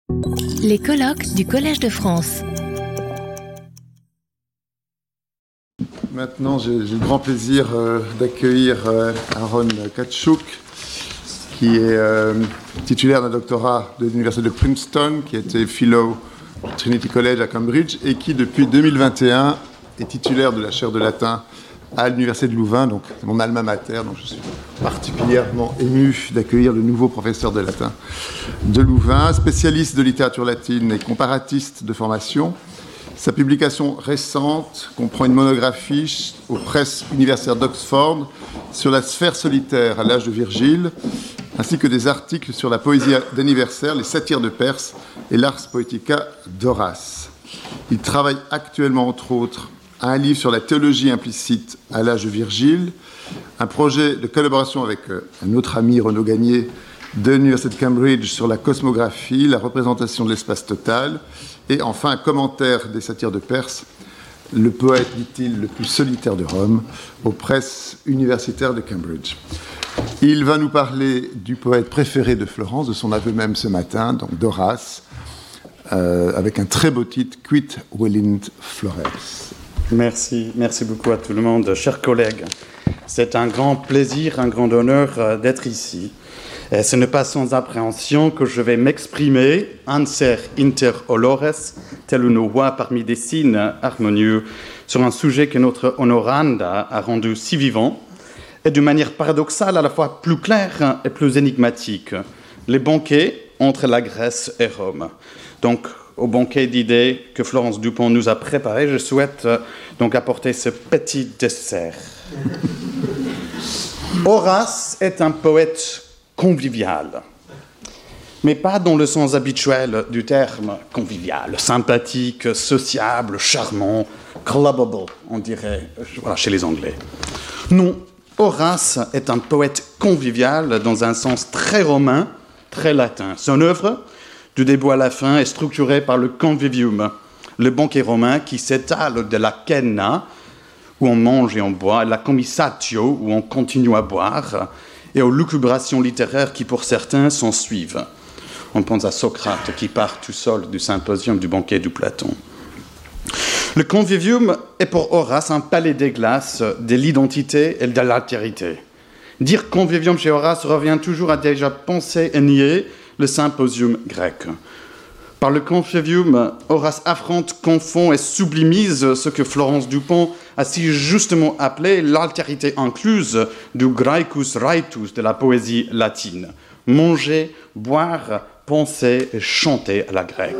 Les colloques du Collège de France. Maintenant, j'ai le grand plaisir d'accueillir Aaron Katchouk, qui est titulaire d'un doctorat de l'université de Princeton, qui a été fellow au Trinity College à Cambridge et qui, depuis 2021, est titulaire de la chaire de latin à l'université de Louvain, donc mon alma mater. Donc je suis particulièrement ému d'accueillir le nouveau professeur de latin de Louvain, spécialiste de littérature latine et comparatiste de formation. Sa publication récente comprend une monographie aux presses universitaires d'Oxford sur la sphère solitaire à l'âge de Virgile, ainsi que des articles sur la poésie d'anniversaire, les satires de Perse et l'ars poetica d'Horace. Il travaille actuellement, entre autres, à un livre sur la théologie implicite à l'âge de Virgile, un projet de collaboration avec un autre ami, Renaud Gagné, de l'université de Cambridge sur la cosmographie, la représentation de l'espace total, et enfin un commentaire des satires de Perse, le poète, dit-il, le plus solitaire de Rome, aux presses universitaires de Cambridge. Il va nous parler du poète préféré de Florence, de son aveu même ce matin, donc d'Horace, avec un très beau titre, Quid Volunt Flores. Merci beaucoup à tout le monde, chers collègues. C'est un grand plaisir, un grand honneur d'être ici. Et ce n'est pas sans appréhension que je vais m'exprimer, anser inter olores, tel une voix parmi des signes harmonieux, sur un sujet que notre honoranda a rendu si vivant, et d'une manière paradoxale à la fois plus claire et plus énigmatique, les banquets entre la Grèce et Rome. Donc, au banquet d'idées que Florence Dupont nous a préparé, je souhaite donc apporter ce petit dessert. Horace est un poète convivial, mais pas dans le sens habituel du terme convivial, sympathique, sociable, charmant, clubbable, on dirait chez les Anglais. Non, Horace est un poète convivial dans un sens très romain, très latin. Son œuvre, du début à la fin, est structurée par le convivium, le banquet romain qui s'étale de la cena, où on mange et on boit, à la commissatio, où on continue à boire, et aux lucubrations littéraires qui, pour certains, s'en suivent. On pense à Socrate qui part tout seul du symposium du banquet du Platon. Le convivium est pour Horace un palais des glaces de l'identité et de l'altérité. Dire convivium chez Horace revient toujours à déjà penser et nier le symposium grec. Par le convivium, Horace affronte, confond et sublimise ce que Florence Dupont a si justement appelé l'altérité incluse du Graecus Raitus de la poésie latine. Manger, boire, penser et chanter à la grecque.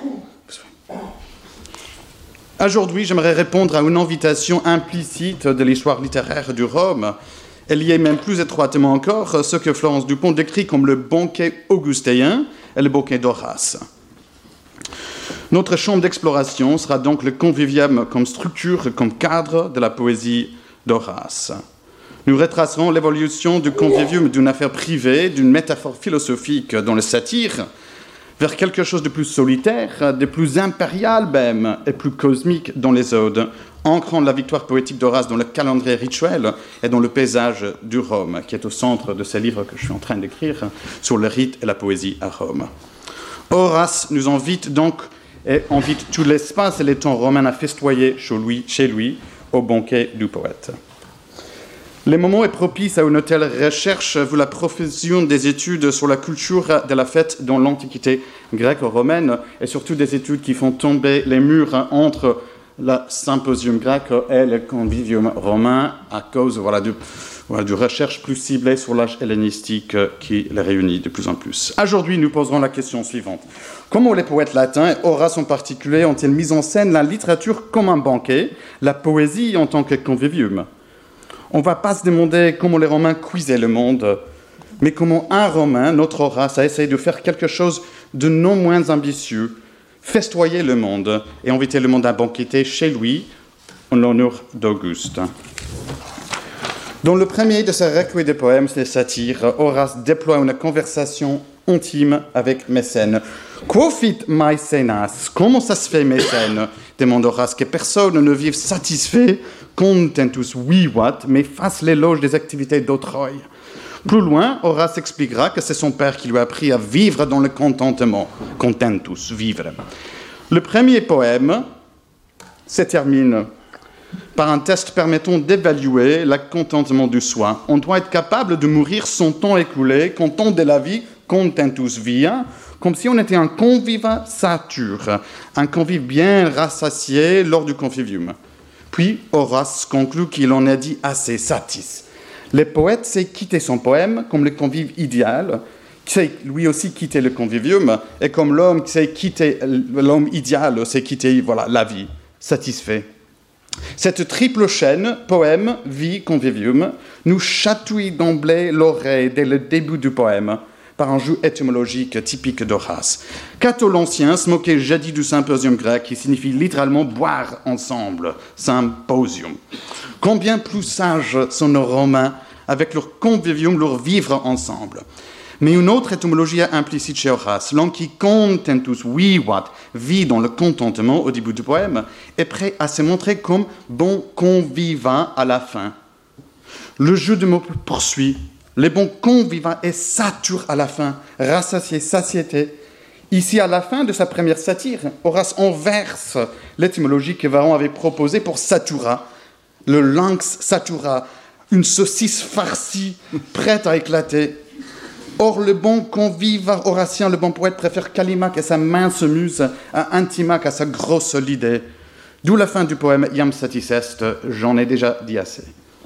Aujourd'hui, j'aimerais répondre à une invitation implicite de l'histoire littéraire du Rome, et liée même plus étroitement encore ce que Florence Dupont décrit comme le banquet augustéen et le banquet d'Horace. Notre champ d'exploration sera donc le convivium comme structure, comme cadre de la poésie d'Horace. Nous retracerons l'évolution du convivium d'une affaire privée, d'une métaphore philosophique dans le satire, vers quelque chose de plus solitaire, de plus impérial même, et plus cosmique dans les odes, ancrant la victoire poétique d'Horace dans le calendrier rituel et dans le paysage du Rome, qui est au centre de ce livre que je suis en train d'écrire sur le rite et la poésie à Rome. Horace nous invite donc et invite tout l'espace et les temps romains à festoyer chez lui au banquet du poète. Le moment est propice à une telle recherche vu la profusion des études sur la culture de la fête dans l'Antiquité gréco-romaine et surtout des études qui font tomber les murs entre le symposium grec et le convivium romain à cause de recherches plus ciblées sur l'âge hellénistique qui les réunit de plus en plus. Aujourd'hui, nous poserons la question suivante. Comment les poètes latins, et Horace en particulier, ont-ils mis en scène la littérature comme un banquet, la poésie en tant que convivium ? On ne va pas se demander comment les Romains cuisaient le monde, mais comment un Romain, notre Horace, a essayé de faire quelque chose de non moins ambitieux, festoyer le monde et inviter le monde à banqueter chez lui en l'honneur d'Auguste. Dans le premier de ses recueils de poèmes, les satires, Horace déploie une conversation intime avec Mécène. Quo fit Maecenas? Comment ça se fait, Mécène? Demande Horace, que personne ne vive satisfait, contentus vivat, mais fasse l'éloge des activités d'autrui. Plus loin, Horace expliquera que c'est son père qui lui a appris à vivre dans le contentement. Contentus, vivre. Le premier poème se termine par un test permettant d'évaluer le contentement du soi. On doit être capable de mourir sans temps écoulé, content de la vie, contentus via, comme si on était un conviva satur, un convive bien rassasié lors du convivium. Puis Horace conclut qu'il en a dit assez satis. Le poète sait quitter son poème comme le convive idéal, qui sait lui aussi quitter le convivium, et comme l'homme qui sait quitter l'homme idéal, sait quitter la vie, satisfait. Cette triple chaîne, poème, vie, convivium, nous chatouille d'emblée l'oreille dès le début du poème, par un jeu étymologique typique d'Horace. Cato l'Ancien se moquait jadis du symposium grec, qui signifie littéralement boire ensemble, symposium. Combien plus sages sont nos Romains avec leur convivium, leur vivre ensemble. Mais une autre étymologie implicite chez Horace, l'homme qui contentus vivat, vit dans le contentement au début du poème, est prêt à se montrer comme bon convivant à la fin. Le jeu de mots poursuit. Les bons convivants est satur à la fin, rassasié, satiété. Ici, à la fin de sa première satire, Horace inverse l'étymologie que Varron avait proposée pour satura, le lynx satura, une saucisse farcie, prête à éclater. Or, le bon convive horatien, le bon poète, préfère Callimaque et sa mince muse à Antimaque à sa grosse idée. D'où la fin du poème Iam satis est, j'en ai déjà dit assez.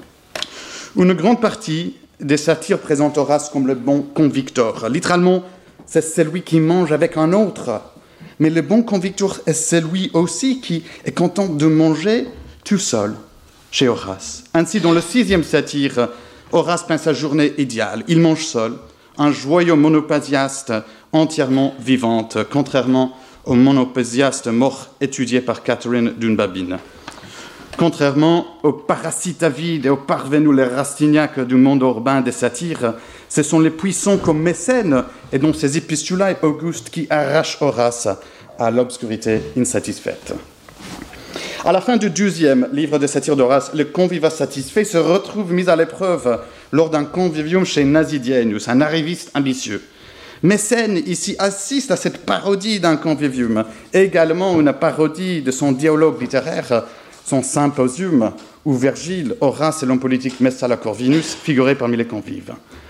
Une grande partie des satires présentent Horace comme le bon convictor. Littéralement, c'est celui qui mange avec un autre. Mais le bon convictor est celui aussi qui est content de manger tout seul, chez Horace. Ainsi, dans le 6e satire, Horace peint sa journée idéale. Il mange seul, un joyeux monopasiaste entièrement vivante, contrairement au monopasiaste mort étudié par Catherine Dunbabine. Contrairement aux parasites avides et aux parvenus les rastignacs du monde urbain des satires, ce sont les puissants comme Mécène et dans ses épistulae Auguste qui arrachent Horace à l'obscurité insatisfaite. À la fin du 12e livre de satire d'Horace, le convivat satisfait se retrouve mis à l'épreuve lors d'un convivium chez Nasidienus, un arriviste ambitieux. Mécène ici assiste à cette parodie d'un convivium, également une parodie de son dialogue littéraire, son symposium, où Virgile, Horace et l'homme politique Messala Corvinus figuraient parmi les convives.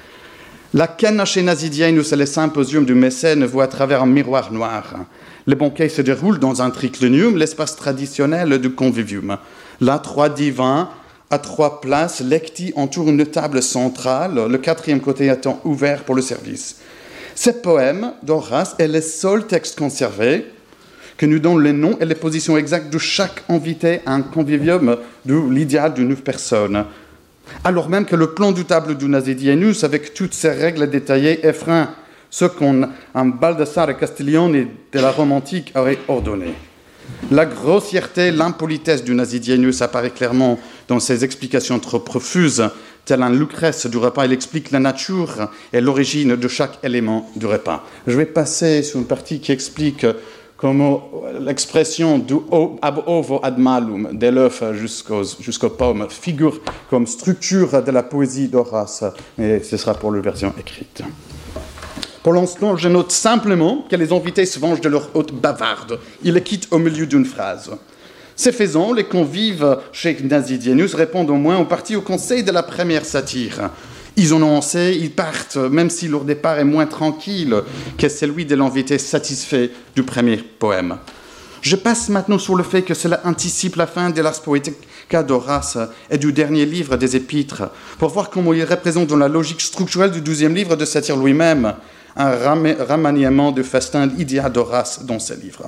La canne chez Nasidienus et le symposium du Mécène voient à travers un miroir noir. Le banquet se déroule dans un triclinium, l'espace traditionnel du convivium. Là, 3 divans à 3 places, lecti entourent une table centrale, le 4e côté étant ouvert pour le service. Ce poème d'Horace est le seul texte conservé que nous donne les noms et les positions exactes de chaque invité à un convivium de l'idéal de 9 personnes. Alors même que le plan du table du Nasidienus, avec toutes ses règles détaillées, effraie ce qu'un Baldassare Castiglione de la Rome antique aurait ordonné. La grossièreté, l'impolitesse du Nasidienus apparaît clairement dans ses explications trop profuses. Tel un Lucrèce du repas, il explique la nature et l'origine de chaque élément du repas. Je vais passer sur une partie qui explique comment l'expression du ab ovo ad malum, de l'œuf jusqu'aux pommes, figure comme structure de la poésie d'Horace, mais ce sera pour la version écrite. Pour l'instant, je note simplement que les invités se vengent de leur hôte bavarde. Ils les quittent au milieu d'une phrase. Ce faisant, les convives chez Nasidienus répondent au moins en partie au conseil de la première satire. Ils en ont assez, ils partent, même si leur départ est moins tranquille que celui de l'invité satisfait du premier poème. Je passe maintenant sur le fait que cela anticipe la fin de l'Ars Poetica d'Horace et du dernier livre des Épîtres, pour voir comment il représente dans la logique structurelle du 12e livre de satire lui-même un remaniement du festin idéal d'Horace dans ce livre.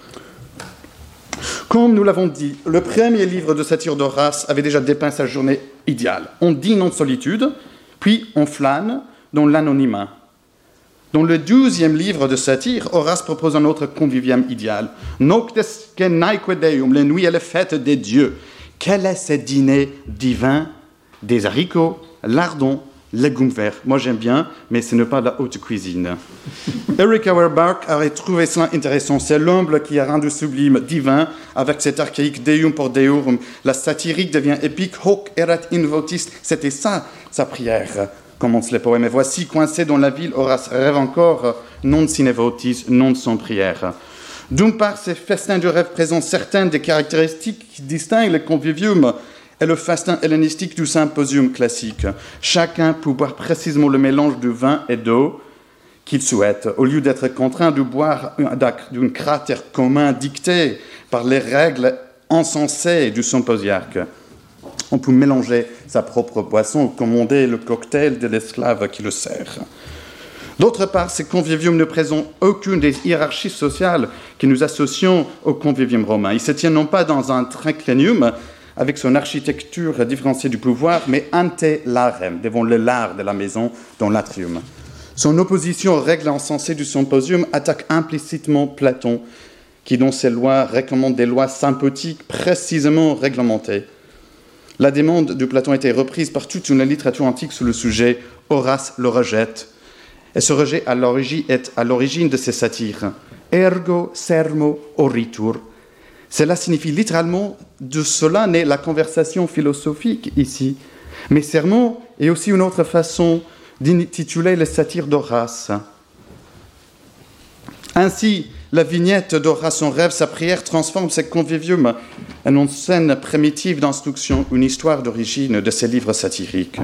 Comme nous l'avons dit, le premier livre de satire d'Horace avait déjà dépeint sa journée idéale. On dîne en solitude, puis on flâne dans l'anonymat. Dans le 12e livre de satire, Horace propose un autre convivium idéal. Noctes cenaeque deum, les nuits et les fêtes des dieux. Quel est ce dîner divin? Des haricots, lardons, légumes verts. Moi j'aime bien, mais ce n'est pas de la haute cuisine. Eric Auerbach aurait trouvé cela intéressant. C'est l'humble qui a rendu sublime, divin, avec cet archaïque deum por deum. La satirique devient épique, hoc erat in votis. C'était ça, sa prière. commence le poème. Et voici, coincé dans la ville, Horace rêve encore, non sine votis, non sans prière. D'une part, ces festins du rêve présentent certaines des caractéristiques qui distinguent le convivium et le festin hellénistique du symposium classique. Chacun peut boire précisément le mélange de vin et d'eau qu'il souhaite, au lieu d'être contraint de boire d'un cratère commun dicté par les règles insensées du symposiarque. On peut mélanger sa propre boisson ou commander le cocktail de l'esclave qui le sert. D'autre part, ces conviviums ne présentent aucune des hiérarchies sociales que nous associons au convivium romain. Il se tient non pas dans un triclinium avec son architecture différenciée du pouvoir, mais ante larem, devant le lard de la maison dans l'atrium. Son opposition aux règles insensées du symposium attaque implicitement Platon, qui dans ses lois recommande des lois sympathiques précisément réglementées. La demande de Platon a été reprise par toute une littérature antique sur le sujet. Horace le rejette. Et ce rejet est à l'origine de ses satires. Ergo sermo oritur. Cela signifie littéralement de cela naît la conversation philosophique ici. Mais sermon est aussi une autre façon d'intituler les satires d'Horace. Ainsi, la vignette d'Horace en rêve, sa prière, transforme ses conviviums en une scène primitive d'instruction, une histoire d'origine de ses livres satiriques.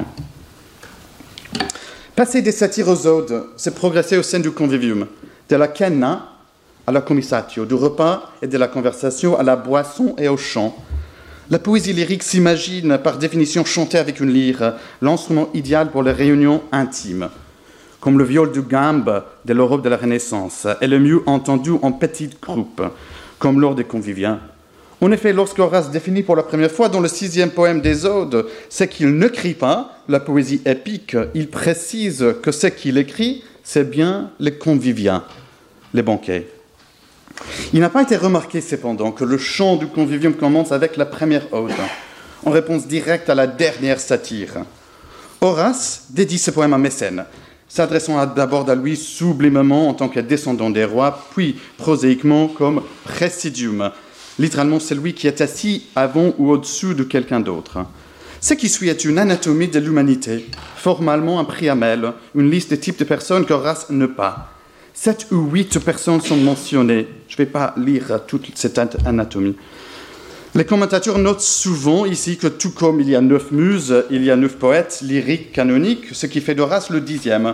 Passer des satires aux odes, c'est progresser au sein du convivium, de la cenna à la commissatio, du repas et de la conversation à la boisson et au chant. La poésie lyrique s'imagine par définition chantée avec une lyre, l'instrument idéal pour les réunions intimes, comme le viol du gambe de l'Europe de la Renaissance, et le mieux entendu en petites groupes, comme lors des conviviens. En effet, lorsqu'Horace définit pour la première fois dans le 6e poème des Odes ce qu'il ne crie pas, la poésie épique, il précise que ce qu'il écrit, c'est bien les conviviens, les banquets. Il n'a pas été remarqué cependant que le chant du convivium commence avec la première ode, en réponse directe à la dernière satire. Horace dédie ce poème à Mécène, s'adressant d'abord à lui sublimement en tant que descendant des rois, puis prosaïquement comme présidium, littéralement celui qui est assis avant ou au-dessus de quelqu'un d'autre. Ce qui suit est une anatomie de l'humanité, formellement un préamel, une liste de types de personnes qu'Horace ne pas. 7 ou 8 personnes sont mentionnées. Je ne vais pas lire toute cette anatomie. Les commentateurs notent souvent ici que tout comme il y a 9 muses, il y a 9 poètes lyriques canoniques, ce qui fait d'Horace le 10e.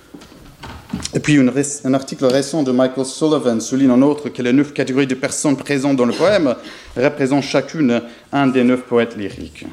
Et puis un article récent de Michael Sullivan souligne en outre que les 9 catégories de personnes présentes dans le poème représentent chacune un des 9 poètes lyriques.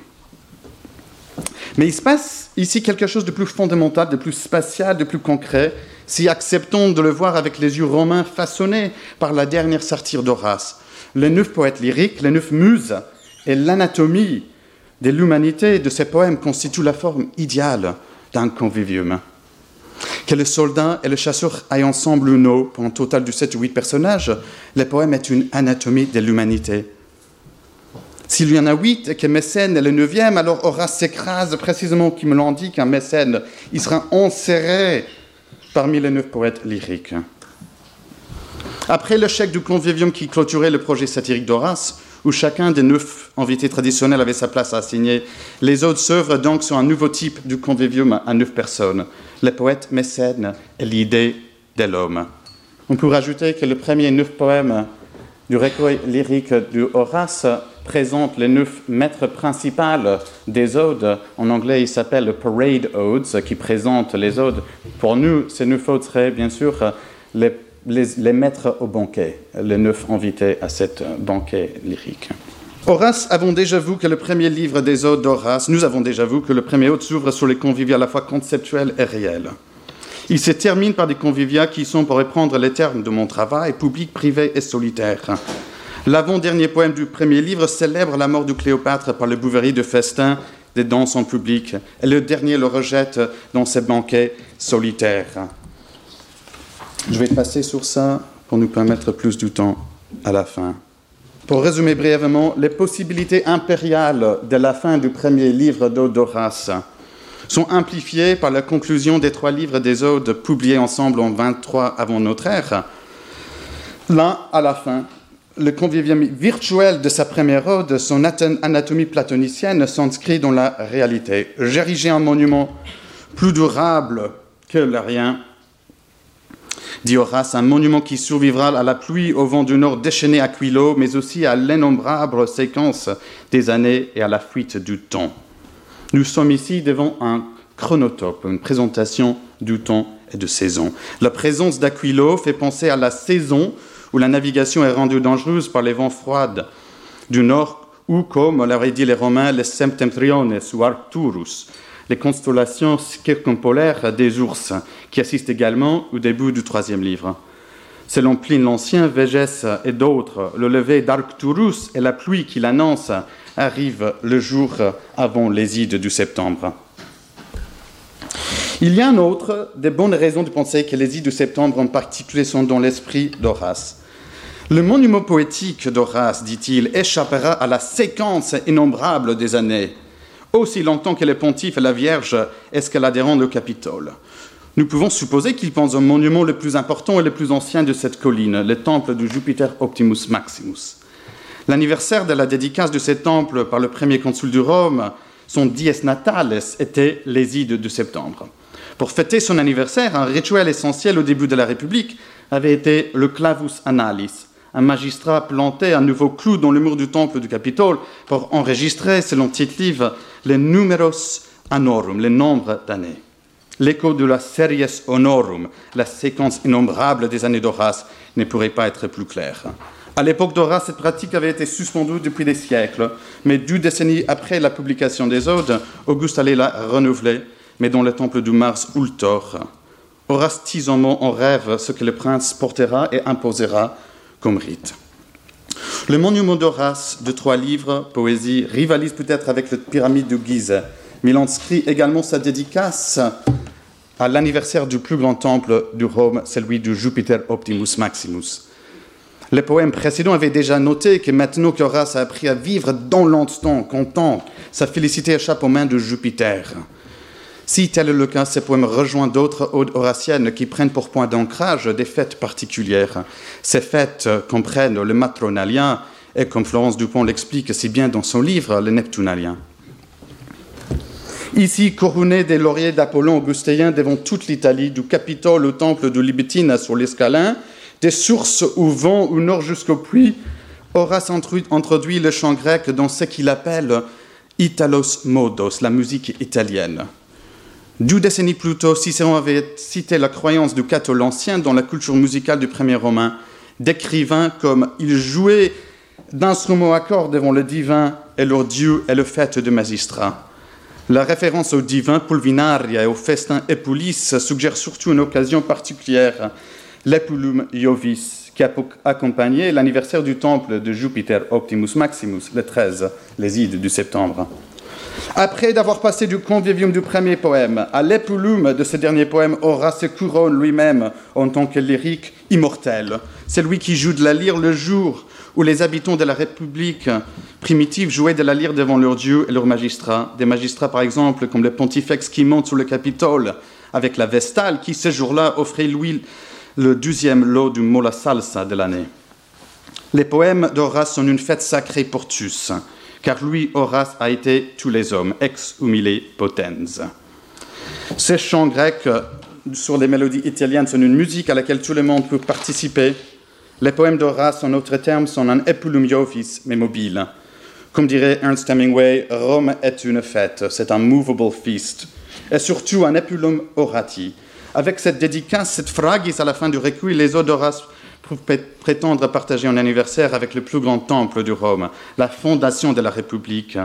Mais il se passe ici quelque chose de plus fondamental, de plus spatial, de plus concret, si acceptons de le voir avec les yeux romains façonnés par la dernière satire d'Horace. Les 9 poètes lyriques, les 9 muses et l'anatomie de l'humanité de ces poèmes constituent la forme idéale d'un convivium. Que le soldat et le chasseur aillent ensemble une eau pour un total de 7 ou 8 personnages, le poème est une anatomie de l'humanité. S'il y en a 8 et que Mécène est le 9e, alors Horace s'écrase précisément comme l'on dit qu'un Mécène, il sera enserré parmi les 9 poètes lyriques. Après l'échec du convivium qui clôturait le projet satirique d'Horace, où chacun des 9 invités traditionnels avait sa place à assigner, les autres s'œuvrent donc sur un nouveau type de convivium à 9 personnes, les poètes Mécènes et l'idée de l'homme. On peut rajouter que le premier 9 poèmes du recueil lyrique de Horace présente les 9 maîtres principaux des odes. En anglais, il s'appelle le Parade Odes, qui présente les odes. Pour nous, ces 9 odes seraient bien sûr les maîtres au banquet, les 9 invités à cet banquet lyrique. Horace avons déjà vu que le premier livre des odes d'Horace, nous avons déjà vu que le premier ode s'ouvre sur les conviviats à la fois conceptuels et réels. Il se termine par des conviviats qui sont, pour reprendre les termes de mon travail, publics, privés et solitaires. L'avant-dernier poème du premier livre célèbre la mort de Cléopâtre par le bouverie de festin des danses en public, et le dernier le rejette dans ses banquets solitaires. Je vais passer sur ça pour nous permettre plus de temps à la fin. Pour résumer brièvement, les possibilités impériales de la fin du premier livre d'Odes d'Horace sont amplifiées par la conclusion des 3 livres des Odes publiés ensemble en 23 avant notre ère. L'un à la fin. Le convivium virtuel de sa première ode, son anatomie platonicienne, s'inscrit dans la réalité. J'érigeais un monument plus durable que le rien, dit Horace, un monument qui survivra à la pluie, au vent du nord déchaîné à Aquilo, mais aussi à l'innombrable séquence des années et à la fuite du temps. Nous sommes ici devant un chronotope, une présentation du temps et de saison. La présence d'Aquilo fait penser à la saison où la navigation est rendue dangereuse par les vents froids du nord, ou, comme l'auraient dit les Romains, les septentriones ou Arcturus, les constellations circumpolaires des ours, qui assistent également au début du troisième livre. Selon Pline l'Ancien, Végès et d'autres, le lever d'Arcturus et la pluie qu'il annonce arrivent le jour avant les ides du septembre. Il y a un autre des bonnes raisons de penser que les ides du septembre en particulier sont dans l'esprit d'Horace. Le monument poétique d'Horace, dit-il, échappera à la séquence innombrable des années, aussi longtemps que les pontifes et la Vierge escaladeront le Capitole. Nous pouvons supposer qu'il pense au monument le plus important et le plus ancien de cette colline, le temple de Jupiter Optimus Maximus. L'anniversaire de la dédicace de ce temple par le premier consul de Rome, son dies natalis, était les ides de septembre. Pour fêter son anniversaire, un rituel essentiel au début de la République avait été le clavus annalis. Un magistrat plantait un nouveau clou dans le mur du temple du Capitole pour enregistrer, selon Tite-Live, les numeros annorum, les nombres d'années. L'écho de la series honorum, la séquence innombrable des années d'Horace, ne pourrait pas être plus clair. À l'époque d'Horace, cette pratique avait été suspendue depuis des siècles, mais 2 décennies après la publication des Odes, Auguste allait la renouveler, mais dans le temple du Mars Ultor. Horace tise en rêve ce que le prince portera et imposera comme rite. Le monument d'Horace de 3 livres, poésie, rivalise peut-être avec la pyramide de Gizeh, mais il inscrit également sa dédicace à l'anniversaire du plus grand temple de Rome, celui de Jupiter Optimus Maximus. Les poèmes précédents avaient déjà noté que maintenant qu'Horace a appris à vivre dans l'instant, content, sa félicité échappe aux mains de Jupiter. Si tel est le cas, ces poèmes rejoignent d'autres odes horaciennes qui prennent pour point d'ancrage des fêtes particulières. Ces fêtes comprennent le matronalien et, comme Florence Dupont l'explique si bien dans son livre, le neptunalien. Ici, couronné des lauriers d'Apollon augustéen devant toute l'Italie, du Capitole au temple de Libitina sur l'Escalin, des sources au vent au nord jusqu'au puits, Horace introduit le chant grec dans ce qu'il appelle Italos modos, la musique italienne. 2 décennies plus tôt, Cicéron avait cité la croyance du Cato l'Ancien dans la culture musicale du premier romain, décrivant comme il jouait d'instruments à cordes devant le divin et leur dieu et le fait de magistrat. La référence au divin pulvinaria et au festin Epulis suggère surtout une occasion particulière, l'Epulum Iovis, qui a accompagné l'anniversaire du temple de Jupiter Optimus Maximus, le 13, les ides du septembre. Après d'avoir passé du convivium du premier poème à l'épulum de ce dernier poème, Horace se couronne lui-même en tant que lyrique immortel. C'est lui qui joue de la lyre le jour où les habitants de la République primitive jouaient de la lyre devant leurs dieux et leurs magistrats. Des magistrats, par exemple, comme le pontifex qui monte sur le Capitole avec la Vestale, qui ce jour-là offrait lui le 12e lot du Mola Salsa de l'année. Les poèmes d'Horace sont une fête sacrée pour tous, car lui, Horace, a été tous les hommes, ex humile potens. Ces chants grecs sur les mélodies italiennes sont une musique à laquelle tout le monde peut participer. Les poèmes d'Horace, en autres termes, sont un epulum iovis, mais mobile. Comme dirait Ernst Hemingway, Rome est une fête, c'est un movable feast, et surtout un epulum orati. Avec cette dédicace, cette phragis à la fin du recueil, les odes d'Horace peuvent prétendre partager un anniversaire avec le plus grand temple de Rome, la fondation de la République,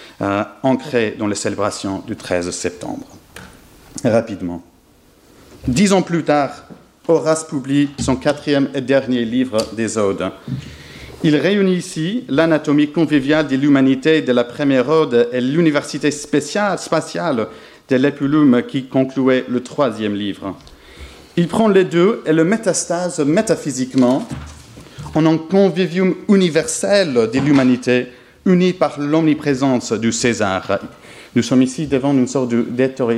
ancrée dans les célébrations du 13 septembre. Rapidement. 10 ans plus tard, Horace publie son 4e et dernier livre des Odes. Il réunit ici l'anatomie conviviale de l'humanité de la première ode et l'université spatiale de l'Epulum qui concluait le 3e livre. Il prend les deux et le métastase métaphysiquement en un convivium universel de l'humanité uni par l'omniprésence du César. Nous sommes ici devant une sorte de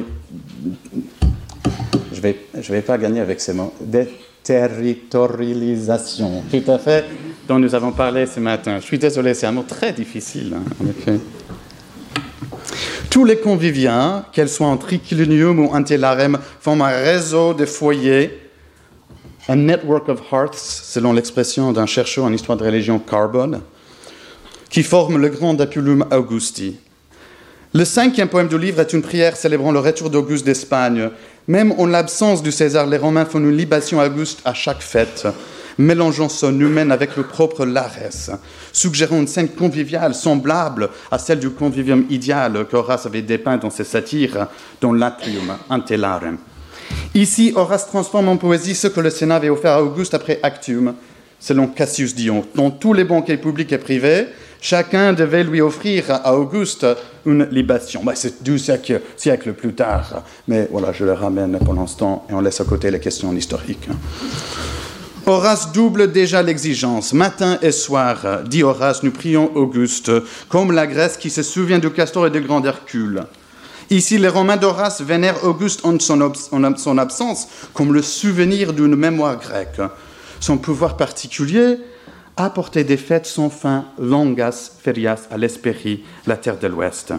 je vais pas gagner avec ces mots. Déterritorialisation, tout à fait, dont nous avons parlé ce matin. Je suis désolé, c'est un mot très difficile, en effet. Tous les conviviens, qu'elles soient en triclinium ou antellarem, forment un réseau de foyers, un network of hearths, selon l'expression d'un chercheur en histoire de religion, Carbon, qui forme le grand Apulum Augusti. Le 5e poème du livre est une prière célébrant le retour d'Auguste d'Espagne. Même en l'absence du César, les Romains font une libation à Auguste à chaque fête, mélangeant son humaine avec le propre lares, suggérant une scène conviviale semblable à celle du convivium idéal qu'Horace avait dépeint dans ses satires, dans l'Atrium Antellarem. Ici, Horace transforme en poésie ce que le Sénat avait offert à Auguste après Actium, selon Cassius Dion. Dans tous les banquets publics et privés, chacun devait lui offrir à Auguste une libation. C'est 12 siècles plus tard, mais voilà, je le ramène pour l'instant et on laisse à côté les questions historiques. Horace double déjà l'exigence. Matin et soir, dit Horace, nous prions Auguste, comme la Grèce qui se souvient du castor et du grand Hercule. Ici, les Romains d'Horace vénèrent Auguste en son absence comme le souvenir d'une mémoire grecque. Son pouvoir particulier apportait des fêtes sans fin, longas ferias à l'Hespérie, la terre de l'Ouest.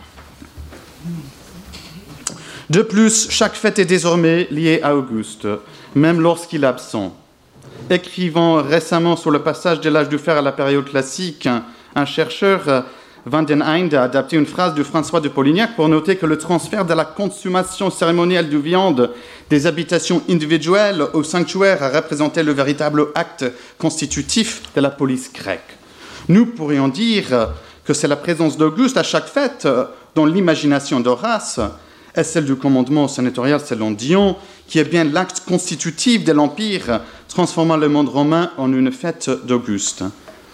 De plus, chaque fête est désormais liée à Auguste, même lorsqu'il est absent. Écrivant récemment sur le passage de l'âge du fer à la période classique, un chercheur, Van den Einde, a adapté une phrase de François de Polignac pour noter que le transfert de la consommation cérémonielle de viande des habitations individuelles au sanctuaire a représenté le véritable acte constitutif de la police grecque. Nous pourrions dire que c'est la présence d'Auguste à chaque fête dans l'imagination d'Horace et celle du commandement sénatorial selon Dion, qui est bien l'acte constitutif de l'Empire, transformant le monde romain en une fête d'Auguste.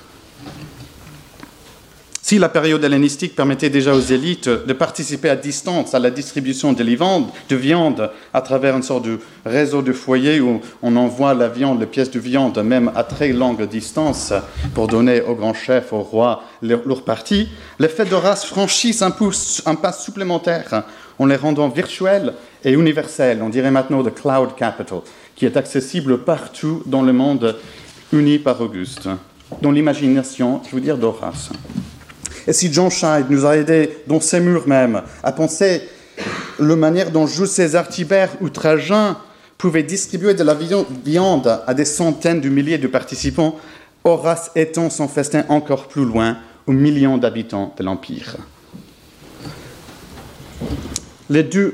Si la période hellénistique permettait déjà aux élites de participer à distance à la distribution de viande à travers une sorte de réseau de foyers où on envoie la viande, les pièces de viande, même à très longue distance, pour donner aux grands chefs, aux rois, leur partie, les fêtes d'Horace franchissent un pas supplémentaire en les rendant virtuelles et universelles. On dirait maintenant the Cloud Capital, qui est accessible partout dans le monde, uni par Auguste, dans l'imagination, je veux dire, d'Horace. Et si John Scheid nous a aidés, dans ses murs même, à penser la manière dont Jules César, Tibère ou Trajan pouvaient distribuer de la viande à des centaines de milliers de participants, Horace étend son festin encore plus loin, aux millions d'habitants de l'Empire. Les deux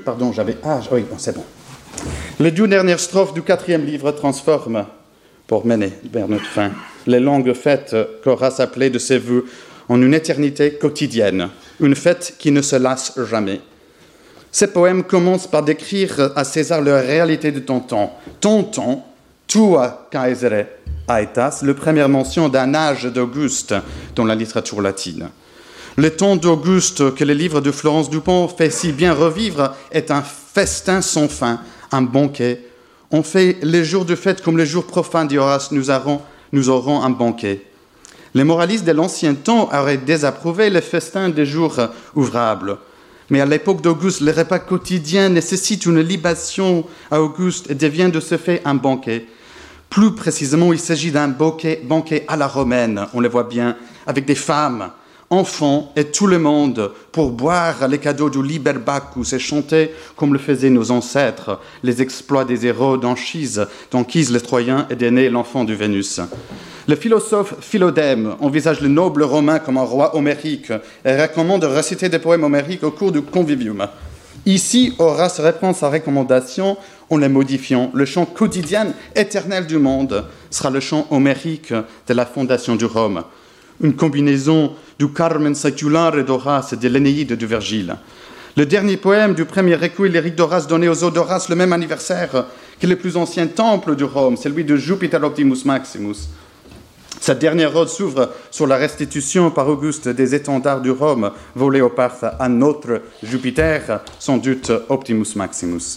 dernières strophes du 4e livre transforment, pour mener vers notre fin, les longues fêtes qu'Horace appelait de ses vœux en une éternité quotidienne, une fête qui ne se lasse jamais. Ces poèmes commencent par décrire à César la réalité de ton temps. Ton temps, tua caesare aetas, la première mention d'un âge d'Auguste dans la littérature latine. Le temps d'Auguste que le livre de Florence Dupont fait si bien revivre est un festin sans fin, un banquet. On fait les jours de fête comme les jours profanes d'Horace, nous aurons un banquet. Les moralistes de l'ancien temps auraient désapprouvé le festin des jours ouvrables. Mais à l'époque d'Auguste, le repas quotidien nécessite une libation à Auguste et devient de ce fait un banquet. Plus précisément, il s'agit d'un banquet à la romaine, on le voit bien, avec des femmes, enfants et tout le monde pour boire les cadeaux du Liber Bacchus et chanter, comme le faisaient nos ancêtres, les exploits des héros d'Anchise les Troyens et d'Énée, l'enfant de Vénus. Le philosophe Philodème envisage le noble romain comme un roi homérique et recommande de réciter des poèmes homériques au cours du convivium. Ici, Horace reprend sa recommandation en les modifiant. Le chant quotidien éternel du monde sera le chant homérique de la fondation de Rome. Une combinaison du Carmen Saeculare d'Horace et de l'Énéide de Virgile. Le dernier poème du premier recueil lyrique d'Horace donnait aux odes d'Horace le même anniversaire que le plus ancien temple de Rome, celui de Jupiter Optimus Maximus. Sa dernière ode s'ouvre sur la restitution par Auguste des étendards de Rome volés aux Parthes à notre Jupiter, sans doute Optimus Maximus.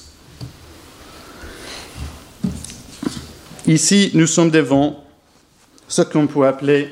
Ici, nous sommes devant ce qu'on peut appeler,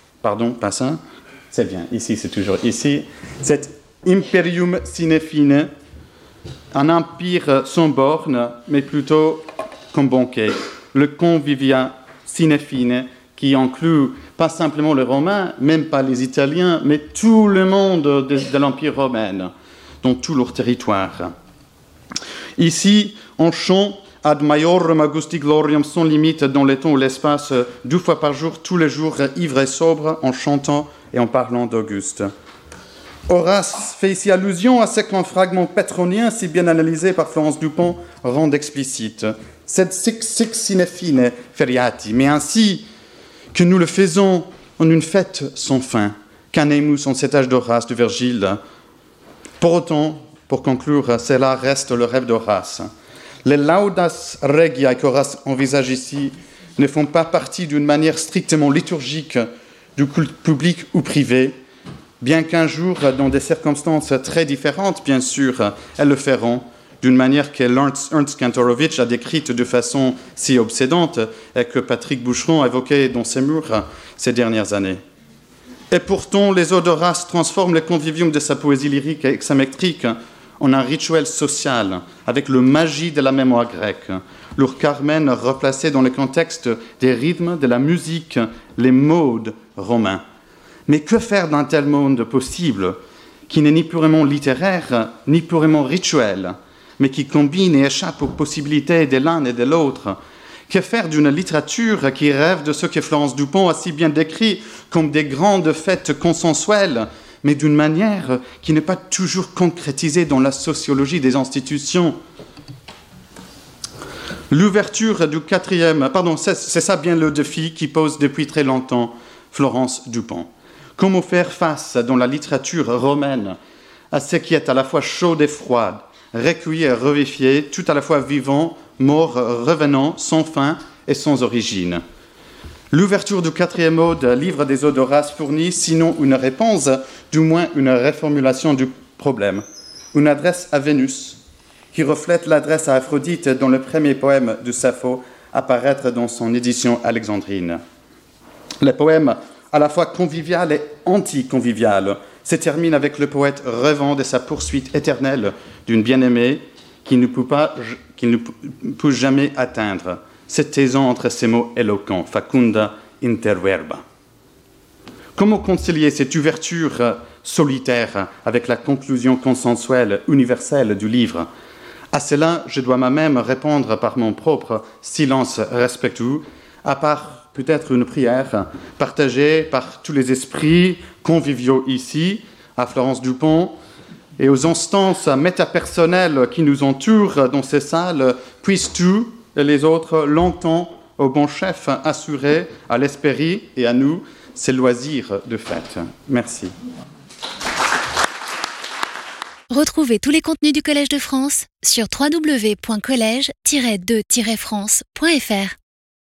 c'est bien, ici, c'est toujours ici, cet imperium sine fine, un empire sans borne, mais plutôt comme banquet, le convivia sine fine, qui inclut pas simplement les Romains, même pas les Italiens, mais tout le monde de l'Empire romain. dans tout leur territoire. Ici, on chante Ad maiorem Augusti gloriam sans limite dans le temps ou l'espace, 2 fois par jour, tous les jours, ivre et sobre, en chantant et en parlant d'Auguste. Horace fait ici allusion à ce qu'un fragment pétronien, si bien analysé par Florence Dupont, rend explicite. Sed sic sine fine feriati, mais ainsi que nous le faisons en une fête sans fin, qu'anemus en cet âge d'Horace, de Virgile. Pour autant, pour conclure, cela reste le rêve d'Horace. Les laudas regia qu'Horace envisage ici ne font pas partie d'une manière strictement liturgique du culte public ou privé, bien qu'un jour, dans des circonstances très différentes, bien sûr, elles le feront, d'une manière que Ernst Kantorowicz a décrite de façon si obsédante et que Patrick Boucheron a évoquée dans ses murs ces dernières années. Et pourtant, les odes d'Horace transforment le convivium de sa poésie lyrique et hexamétrique en un rituel social, avec le magie de la mémoire grecque, leur Carmen replacé dans le contexte des rythmes, de la musique, les modes romains. Mais que faire d'un tel monde possible, qui n'est ni purement littéraire, ni purement rituel, mais qui combine et échappe aux possibilités de l'un et de l'autre? Que faire d'une littérature qui rêve de ce que Florence Dupont a si bien décrit comme des grandes fêtes consensuelles, mais d'une manière qui n'est pas toujours concrétisée dans la sociologie des institutions? L'ouverture du quatrième... c'est ça bien le défi qui pose depuis très longtemps Florence Dupont. Comment faire face dans la littérature romaine à ce qui est à la fois chaude et froide, recueilli et revivifié, tout à la fois vivant, mort, revenant, sans fin et sans origine? L'ouverture du quatrième ode, livre des odes d'Horace, fournit sinon une réponse, du moins une reformulation du problème. Une adresse à Vénus, qui reflète l'adresse à Aphrodite dans le premier poème de Sappho, apparaître dans son édition alexandrine. Le poème, à la fois convivial et anti-convivial, se termine avec le poète rêvant de sa poursuite éternelle d'une bien-aimée qu'il ne peut jamais atteindre, se taisant entre ces mots éloquents, facunda inter verba. Comment concilier cette ouverture solitaire avec la conclusion consensuelle, universelle du livre? À cela, je dois moi-même répondre par mon propre silence respectueux, à part peut-être une prière partagée par tous les esprits conviviaux ici, à Florence Dupont, et aux instances métapersonnelles qui nous entourent dans ces salles, puisses-tu et les autres longtemps au bon chef assuré à l'esprit et à nous ces loisirs de fête. Merci. Retrouvez tous les contenus du Collège de France sur www.collège-2-france.fr.